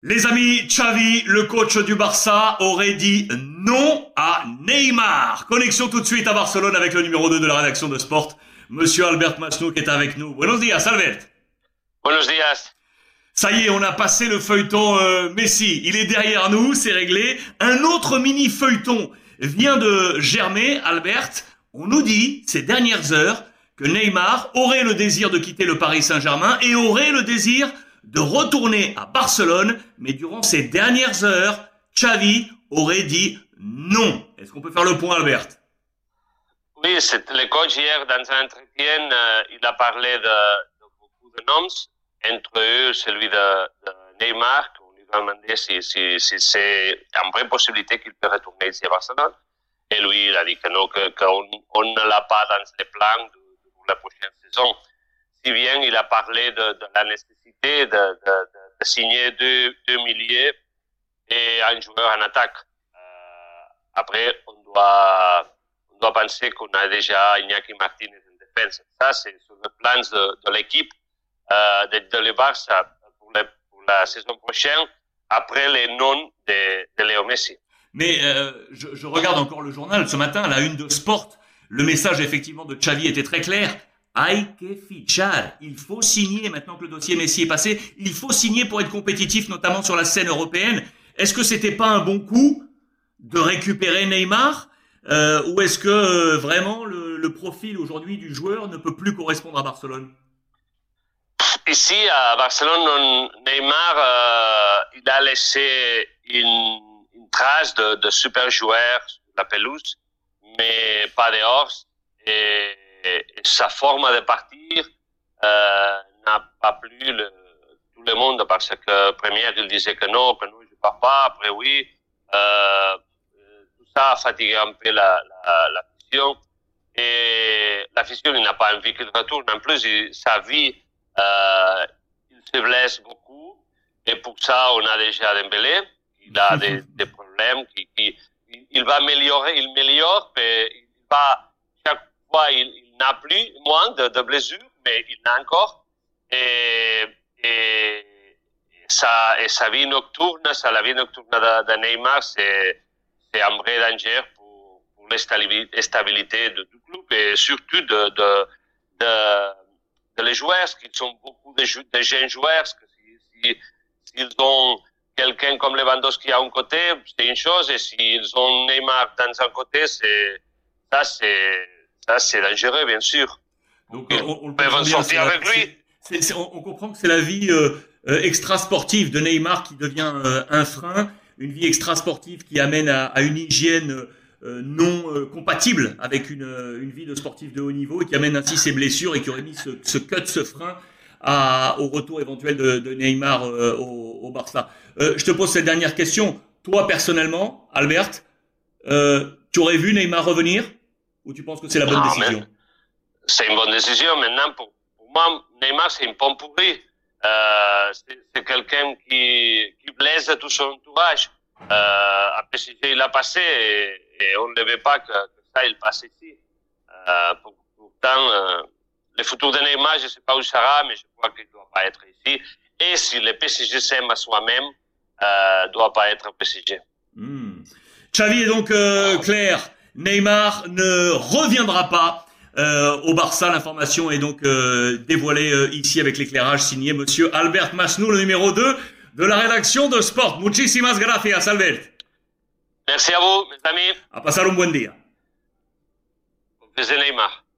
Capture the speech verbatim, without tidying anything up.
Les amis, Xavi, le coach du Barça, aurait dit non à Neymar. Connexion tout de suite à Barcelone avec le numéro deux de la rédaction de Sport, Monsieur Albert Masnou qui est avec nous. Buenos días, Albert. Buenos días. Ça y est, on a passé le feuilleton euh, Messi. Il est derrière nous, c'est réglé. Un autre mini feuilleton vient de germer, Albert. On nous dit, ces dernières heures, que Neymar aurait le désir de quitter le Paris Saint-Germain et aurait le désir de retourner à Barcelone, mais durant ces dernières heures, Xavi aurait dit non. Est-ce qu'on peut faire le point, Albert? Oui, c'est le coach hier, dans un entretien, euh, il a parlé de, de beaucoup de noms, entre eux celui de, de Neymar, qu'on lui a demandé si, si, si c'est une vraie possibilité qu'il peut retourner ici à Barcelone. Et lui, il a dit que non, que, qu'on on ne l'a pas dans les plans de, de, pour la prochaine saison. Si bien il a parlé de, de la nécessité de, de, de, de signer deux, deux milliers et un joueur en attaque. Euh, après, on doit, on doit penser qu'on a déjà Iñaki Martinez en défense. Ça, c'est sur le plan de, de l'équipe euh, de, de le Barça pour, le, pour la saison prochaine, après les noms de, de Léo Messi. Mais euh, je, je regarde encore le journal ce matin, la une de Sport. Le message effectivement de Xavi était très clair. Hay que fichar. Il faut signer maintenant que le dossier Messi est passé. Il faut signer pour être compétitif, notamment sur la scène européenne. Est-ce que c'était pas un bon coup de récupérer Neymar euh, ou est-ce que euh, vraiment le, le profil aujourd'hui du joueur ne peut plus correspondre à Barcelone? Ici à Barcelone, on, Neymar, euh, il a laissé une, une trace de, de super joueur sur la pelouse, mais pas dehors. Et Et sa forme de partir euh, n'a pas plu le, tout le monde parce que première il disait que non, que non je pars pas, après oui, euh, tout ça a fatigué un peu la, la, la fission et la fission il n'a pas envie qu'il retourne. En plus il, sa vie euh, il se blesse beaucoup et pour ça on a déjà Dembélé, il a des, des problèmes, qui, qui, il va améliorer, il améliore, mais il va chaque fois il Il n'a plus moins de, de blessures, mais il n'a encore. Et, et, sa, et sa vie nocturne, sa, la vie nocturne de, de Neymar, c'est, c'est un vrai danger pour, pour la stabilité de, du club et surtout de, de, de, de les joueurs, qui sont beaucoup de, de jeunes joueurs. Que si, si, s'ils ont quelqu'un comme Lewandowski à un côté, c'est une chose, et s'ils ont Neymar dans un côté, c'est, ça, c'est, Ça, c'est dangereux, bien sûr. Donc, on, on, on peut sortir avec lui. C'est, c'est, on, on comprend que c'est la vie euh, euh, extra-sportive de Neymar qui devient euh, un frein, une vie extra-sportive qui amène à, à une hygiène euh, non euh, compatible avec une, une vie de sportif de haut niveau et qui amène ainsi ses blessures et qui aurait mis ce, ce cut, ce frein à, au retour éventuel de, de Neymar euh, au, au Barça. Euh, je te pose cette dernière question. Toi, personnellement, Albert, euh, tu aurais vu Neymar revenir? Ou tu penses que c'est la bonne non, décision? C'est une bonne décision. Maintenant, pour, pour moi, Neymar, c'est une pomme pourrie. Euh, c'est, c'est quelqu'un qui, qui blesse tout son entourage. Euh, à P S G, il a passé et, et on ne veut pas que, que ça, il passe ici. Euh, pour, pourtant, euh, le futur de Neymar, je ne sais pas où il sera, mais je crois qu'il ne doit pas être ici. Et si le P S G s'aime à soi-même, euh, ne doit pas être au P S G. Hmm. Xavi est donc euh, clair. Neymar ne reviendra pas euh, au Barça. L'information est donc euh, dévoilée euh, ici avec l'éclairage signé Monsieur Albert Masnou, le numéro deux de la rédaction de Sport. Muchísimas gracias, Albert. Merci à vous, mes amis. A pasar un buen día. Desde Neymar.